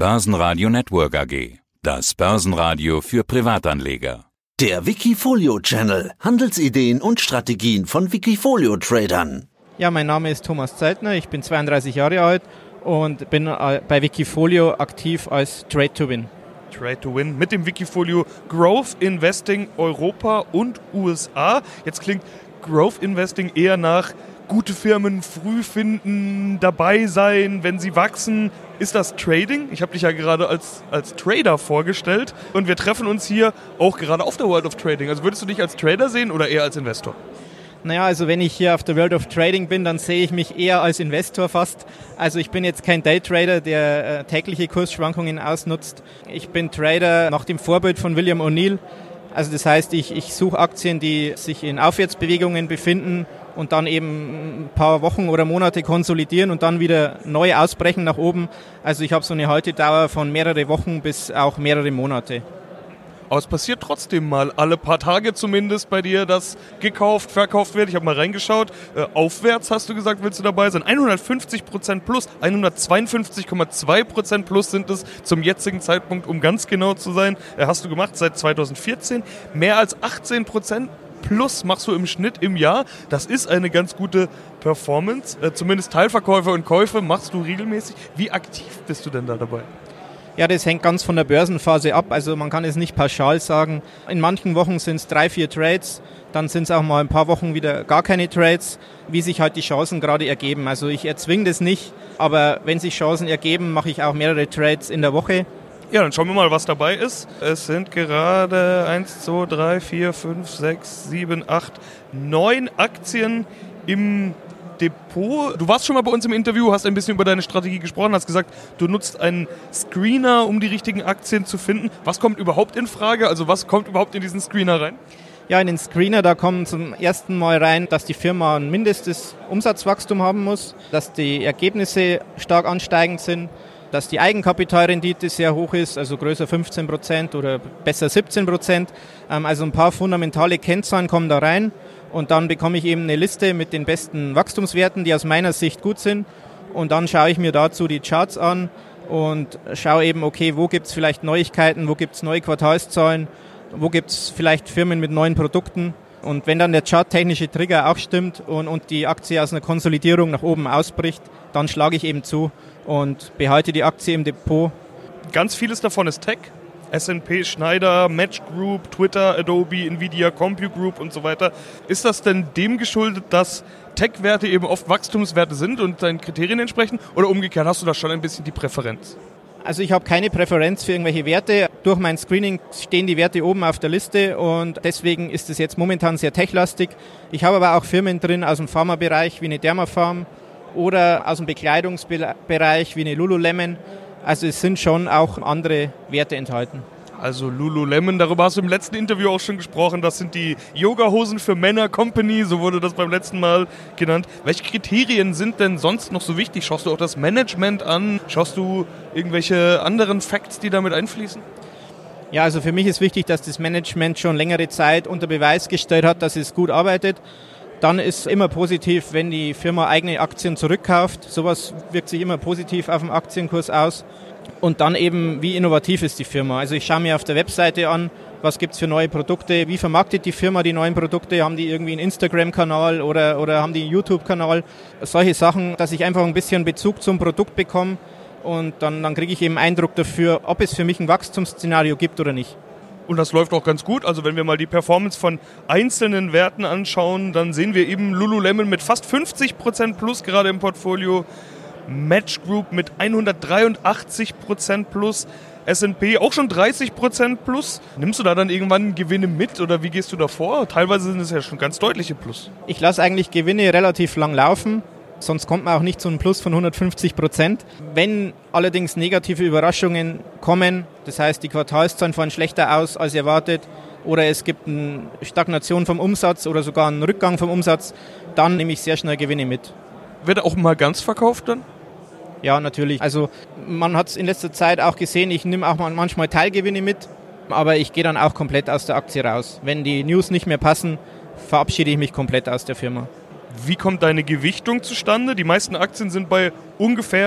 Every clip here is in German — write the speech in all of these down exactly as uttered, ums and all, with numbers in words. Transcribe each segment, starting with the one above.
Börsenradio Network A G. Das Börsenradio für Privatanleger. Der Wikifolio-Channel. Handelsideen und Strategien von Wikifolio-Tradern. Ja, mein Name ist Thomas Zeitner, ich bin zweiunddreißig Jahre alt und bin bei Wikifolio aktiv als Trade to Win. Trade to Win mit dem Wikifolio Growth Investing Europa und U S A. Jetzt klingt Growth Investing eher nach gute Firmen früh finden, dabei sein, wenn sie wachsen. Ist das Trading? Ich habe dich ja gerade als, als Trader vorgestellt und wir treffen uns hier auch gerade auf der World of Trading. Also würdest du dich als Trader sehen oder eher als Investor? Naja, also wenn ich hier auf der World of Trading bin, dann sehe ich mich eher als Investor fast. Also ich bin jetzt kein Daytrader, der äh, tägliche Kursschwankungen ausnutzt. Ich bin Trader nach dem Vorbild von William O'Neill. Also das heißt, ich, ich suche Aktien, die sich in Aufwärtsbewegungen befinden und dann eben ein paar Wochen oder Monate konsolidieren und dann wieder neu ausbrechen nach oben. Also ich habe so eine Haltedauer von mehrere Wochen bis auch mehrere Monate. Aber es passiert trotzdem mal alle paar Tage zumindest bei dir, dass gekauft, verkauft wird. Ich habe mal reingeschaut. Äh, aufwärts hast du gesagt, willst du dabei sein? hundertfünfzig Prozent plus, hundertzweiundfünfzig Komma zwei Prozent plus sind es zum jetzigen Zeitpunkt, um ganz genau zu sein. Äh, hast du gemacht seit zweitausendvierzehn. Mehr als achtzehn Prozent plus machst du im Schnitt im Jahr. Das ist eine ganz gute Performance. Äh, zumindest Teilverkäufe und Käufe machst du regelmäßig. Wie aktiv bist du denn da dabei? Ja, das hängt ganz von der Börsenphase ab. Also man kann es nicht pauschal sagen. In manchen Wochen sind es drei, vier Trades. Dann sind es auch mal ein paar Wochen wieder gar keine Trades, wie sich halt die Chancen gerade ergeben. Also ich erzwinge das nicht, aber wenn sich Chancen ergeben, mache ich auch mehrere Trades in der Woche. Ja, dann schauen wir mal, was dabei ist. Es sind gerade eins, zwei, drei, vier, fünf, sechs, sieben, acht, neun Aktien im Depot. Du warst schon mal bei uns im Interview, hast ein bisschen über deine Strategie gesprochen, hast gesagt, du nutzt einen Screener, um die richtigen Aktien zu finden. Was kommt überhaupt in Frage? Also was kommt überhaupt in diesen Screener rein? Ja, in den Screener, da kommt zum ersten Mal rein, dass die Firma ein mindestes Umsatzwachstum haben muss, dass die Ergebnisse stark ansteigend sind, dass die Eigenkapitalrendite sehr hoch ist, also größer fünfzehn Prozent oder besser siebzehn Prozent. Also ein paar fundamentale Kennzahlen kommen da rein. Und dann bekomme ich eben eine Liste mit den besten Wachstumswerten, die aus meiner Sicht gut sind. Und dann schaue ich mir dazu die Charts an und schaue eben, okay, wo gibt es vielleicht Neuigkeiten, wo gibt es neue Quartalszahlen, wo gibt es vielleicht Firmen mit neuen Produkten. Und wenn dann der charttechnische Trigger auch stimmt und, und die Aktie aus einer Konsolidierung nach oben ausbricht, dann schlage ich eben zu und behalte die Aktie im Depot. Ganz vieles davon ist Tech. S und P, Schneider, Match Group, Twitter, Adobe, Nvidia, Compute Group und so weiter. Ist das denn dem geschuldet, dass Tech-Werte eben oft Wachstumswerte sind und deinen Kriterien entsprechen? Oder umgekehrt, hast du da schon ein bisschen die Präferenz? Also ich habe keine Präferenz für irgendwelche Werte. Durch mein Screening stehen die Werte oben auf der Liste und deswegen ist es jetzt momentan sehr techlastig. Ich habe aber auch Firmen drin aus dem Pharmabereich wie eine Dermafarm oder aus dem Bekleidungsbereich wie eine Lululemon. Also es sind schon auch andere Werte enthalten. Also Lululemon, darüber hast du im letzten Interview auch schon gesprochen. Das sind die Yoga-Hosen für Männer Company, so wurde das beim letzten Mal genannt. Welche Kriterien sind denn sonst noch so wichtig? Schaust du auch das Management an? Schaust du irgendwelche anderen Facts, die damit einfließen? Ja, also für mich ist wichtig, dass das Management schon längere Zeit unter Beweis gestellt hat, dass es gut arbeitet. Dann ist immer positiv, wenn die Firma eigene Aktien zurückkauft. Sowas wirkt sich immer positiv auf den Aktienkurs aus. Und dann eben, wie innovativ ist die Firma. Also ich schaue mir auf der Webseite an, was gibt es für neue Produkte, wie vermarktet die Firma die neuen Produkte, haben die irgendwie einen Instagram-Kanal oder, oder haben die einen YouTube-Kanal. Solche Sachen, dass ich einfach ein bisschen Bezug zum Produkt bekomme und dann, dann kriege ich eben Eindruck dafür, ob es für mich ein Wachstumsszenario gibt oder nicht. Und das läuft auch ganz gut. Also wenn wir mal die Performance von einzelnen Werten anschauen, dann sehen wir eben Lululemon mit fast fünfzig Prozent plus gerade im Portfolio, Match Group mit hundertdreiundachtzig Prozent plus, S und P auch schon dreißig Prozent plus. Nimmst du da dann irgendwann Gewinne mit oder wie gehst du da vor? Teilweise sind es ja schon ganz deutliche Plus. Ich lasse eigentlich Gewinne relativ lang laufen. Sonst kommt man auch nicht zu einem Plus von hundertfünfzig Prozent. Wenn allerdings negative Überraschungen kommen, das heißt, die Quartalszahlen fallen schlechter aus als erwartet oder es gibt eine Stagnation vom Umsatz oder sogar einen Rückgang vom Umsatz, dann nehme ich sehr schnell Gewinne mit. Wird auch mal ganz verkauft dann? Ja, natürlich. Also man hat es in letzter Zeit auch gesehen, ich nehme auch manchmal Teilgewinne mit, aber ich gehe dann auch komplett aus der Aktie raus. Wenn die News nicht mehr passen, verabschiede ich mich komplett aus der Firma. Wie kommt deine Gewichtung zustande? Die meisten Aktien sind bei ungefähr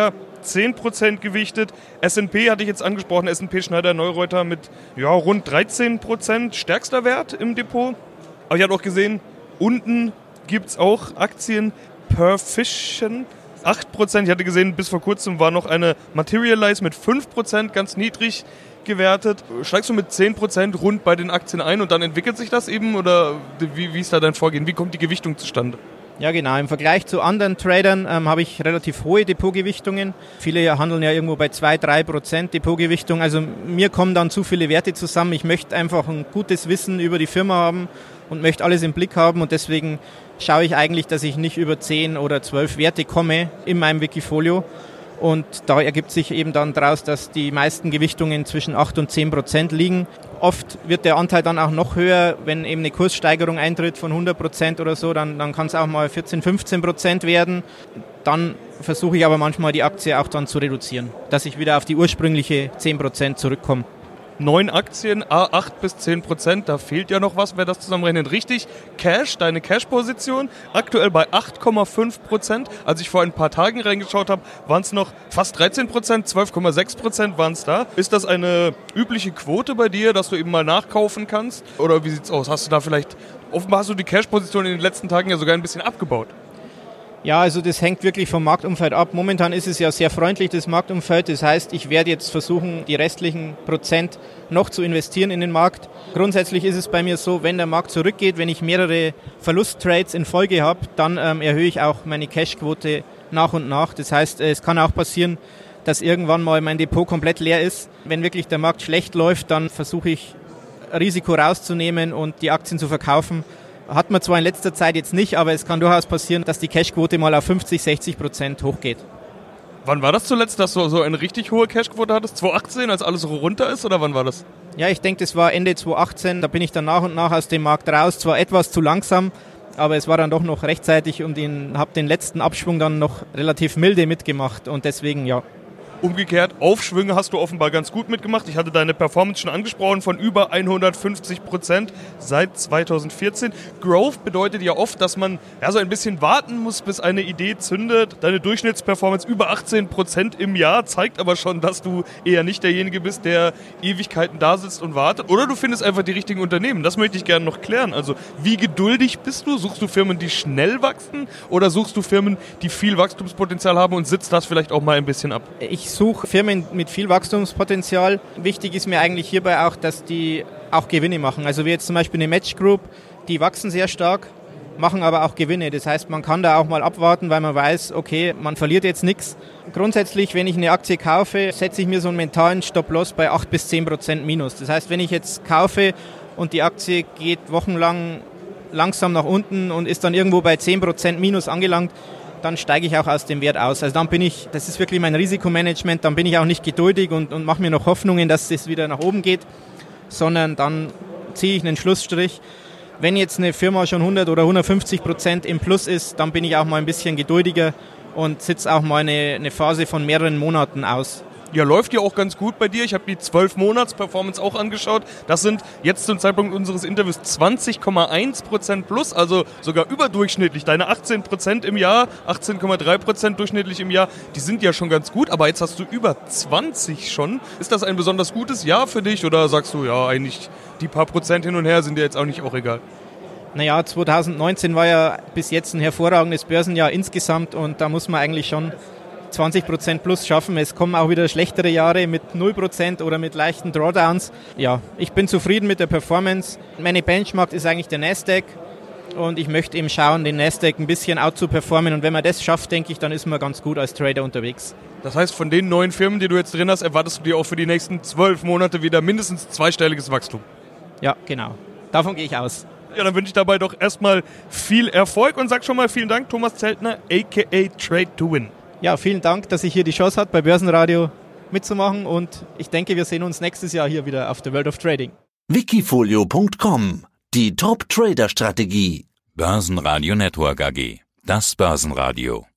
zehn Prozent gewichtet. S und P hatte ich jetzt angesprochen, S und P Schneider Neureuther mit ja, rund dreizehn Prozent stärkster Wert im Depot. Aber ich habe auch gesehen, unten gibt es auch Aktien. Perficient, acht Prozent. Ich hatte gesehen, bis vor kurzem war noch eine Materialize mit fünf Prozent, ganz niedrig gewertet. Steigst du mit zehn Prozent rund bei den Aktien ein und dann entwickelt sich das eben? Oder wie, wie ist da dein Vorgehen? Wie kommt die Gewichtung zustande? Ja genau, im Vergleich zu anderen Tradern ähm, habe ich relativ hohe Depotgewichtungen. Viele handeln ja irgendwo bei zwei bis drei Prozent Depotgewichtung. Also mir kommen dann zu viele Werte zusammen. Ich möchte einfach ein gutes Wissen über die Firma haben und möchte alles im Blick haben und deswegen schaue ich eigentlich, dass ich nicht über zehn oder zwölf Werte komme in meinem Wikifolio. Und da ergibt sich eben dann daraus, dass die meisten Gewichtungen zwischen acht und zehn Prozent liegen. Oft wird der Anteil dann auch noch höher, wenn eben eine Kurssteigerung eintritt von hundert Prozent oder so, dann, dann kann es auch mal vierzehn, fünfzehn Prozent werden. Dann versuche ich aber manchmal die Aktie auch dann zu reduzieren, dass ich wieder auf die ursprüngliche zehn Prozent zurückkomme. Neun Aktien, acht bis zehn Prozent, da fehlt ja noch was, wer das zusammenrechnet. Richtig, Cash, deine Cash-Position, aktuell bei acht Komma fünf Prozent. Als ich vor ein paar Tagen reingeschaut habe, waren es noch fast dreizehn Prozent, zwölf Komma sechs Prozent waren es da. Ist das eine übliche Quote bei dir, dass du eben mal nachkaufen kannst? Oder wie sieht's aus? Hast du da vielleicht, offenbar hast du die Cash-Position in den letzten Tagen ja sogar ein bisschen abgebaut. Ja, also das hängt wirklich vom Marktumfeld ab. Momentan ist es ja sehr freundlich, das Marktumfeld. Das heißt, ich werde jetzt versuchen, die restlichen Prozent noch zu investieren in den Markt. Grundsätzlich ist es bei mir so, wenn der Markt zurückgeht, wenn ich mehrere Verlusttrades in Folge habe, dann ähm, erhöhe ich auch meine Cashquote nach und nach. Das heißt, es kann auch passieren, dass irgendwann mal mein Depot komplett leer ist. Wenn wirklich der Markt schlecht läuft, dann versuche ich, Risiko rauszunehmen und die Aktien zu verkaufen. Hat man zwar in letzter Zeit jetzt nicht, aber es kann durchaus passieren, dass die Cashquote mal auf fünfzig, sechzig Prozent hochgeht. Wann war das zuletzt, dass du so eine richtig hohe Cashquote hattest? zwanzig achtzehn, als alles so runter ist, oder wann war das? Ja, ich denke, das war Ende zwanzig achtzehn. Da bin ich dann nach und nach aus dem Markt raus. Zwar etwas zu langsam, aber es war dann doch noch rechtzeitig und ich habe den letzten Abschwung dann noch relativ milde mitgemacht und deswegen ja. Umgekehrt, Aufschwünge hast du offenbar ganz gut mitgemacht. Ich hatte deine Performance schon angesprochen von über hundertfünfzig Prozent seit zweitausendvierzehn. Growth bedeutet ja oft, dass man ja, so ein bisschen warten muss, bis eine Idee zündet. Deine Durchschnittsperformance über achtzehn Prozent im Jahr zeigt aber schon, dass du eher nicht derjenige bist, der Ewigkeiten da sitzt und wartet. Oder du findest einfach die richtigen Unternehmen. Das möchte ich gerne noch klären. Also wie geduldig bist du? Suchst du Firmen, die schnell wachsen? Oder suchst du Firmen, die viel Wachstumspotenzial haben und sitzt das vielleicht auch mal ein bisschen ab? Ich suche Firmen mit viel Wachstumspotenzial. Wichtig ist mir eigentlich hierbei auch, dass die auch Gewinne machen. Also wie jetzt zum Beispiel eine Match Group, die wachsen sehr stark, machen aber auch Gewinne. Das heißt, man kann da auch mal abwarten, weil man weiß, okay, man verliert jetzt nichts. Grundsätzlich, wenn ich eine Aktie kaufe, setze ich mir so einen mentalen Stop-Loss bei acht bis zehn Prozent Minus. Das heißt, wenn ich jetzt kaufe und die Aktie geht wochenlang langsam nach unten und ist dann irgendwo bei zehn Prozent Minus angelangt, dann steige ich auch aus dem Wert aus. Also dann bin ich, das ist wirklich mein Risikomanagement, dann bin ich auch nicht geduldig und, und mache mir noch Hoffnungen, dass es wieder nach oben geht, sondern dann ziehe ich einen Schlussstrich. Wenn jetzt eine Firma schon hundert oder hundertfünfzig Prozent im Plus ist, dann bin ich auch mal ein bisschen geduldiger und sitze auch mal eine, eine Phase von mehreren Monaten aus. Ja, läuft ja auch ganz gut bei dir. Ich habe die zwölf Monats Performance auch angeschaut. Das sind jetzt zum Zeitpunkt unseres Interviews zwanzig Komma eins Prozent plus, also sogar überdurchschnittlich. Deine achtzehn Prozent im Jahr, achtzehn Komma drei Prozent durchschnittlich im Jahr, die sind ja schon ganz gut, aber jetzt hast du über zwanzig schon. Ist das ein besonders gutes Jahr für dich oder sagst du, ja, eigentlich die paar Prozent hin und her sind dir jetzt auch nicht auch egal? Naja, zwanzig neunzehn war ja bis jetzt ein hervorragendes Börsenjahr insgesamt und da muss man eigentlich schon zwanzig Prozent plus schaffen. Es kommen auch wieder schlechtere Jahre mit null Prozent oder mit leichten Drawdowns. Ja, ich bin zufrieden mit der Performance. Meine Benchmark ist eigentlich der Nasdaq und ich möchte eben schauen, den Nasdaq ein bisschen out zu performen und wenn man das schafft, denke ich, dann ist man ganz gut als Trader unterwegs. Das heißt, von den neuen Firmen, die du jetzt drin hast, erwartest du dir auch für die nächsten zwölf Monate wieder mindestens zweistelliges Wachstum? Ja, genau. Davon gehe ich aus. Ja, dann wünsche ich dabei doch erstmal viel Erfolg und sag schon mal vielen Dank, Thomas Zeltner, aka Trade to Win. Ja, vielen Dank, dass ich hier die Chance hatte, bei Börsenradio mitzumachen und ich denke, wir sehen uns nächstes Jahr hier wieder auf der World of Trading. Wikifolio Punkt com, die Top-Trader-Strategie. Börsenradio Network A G, das Börsenradio.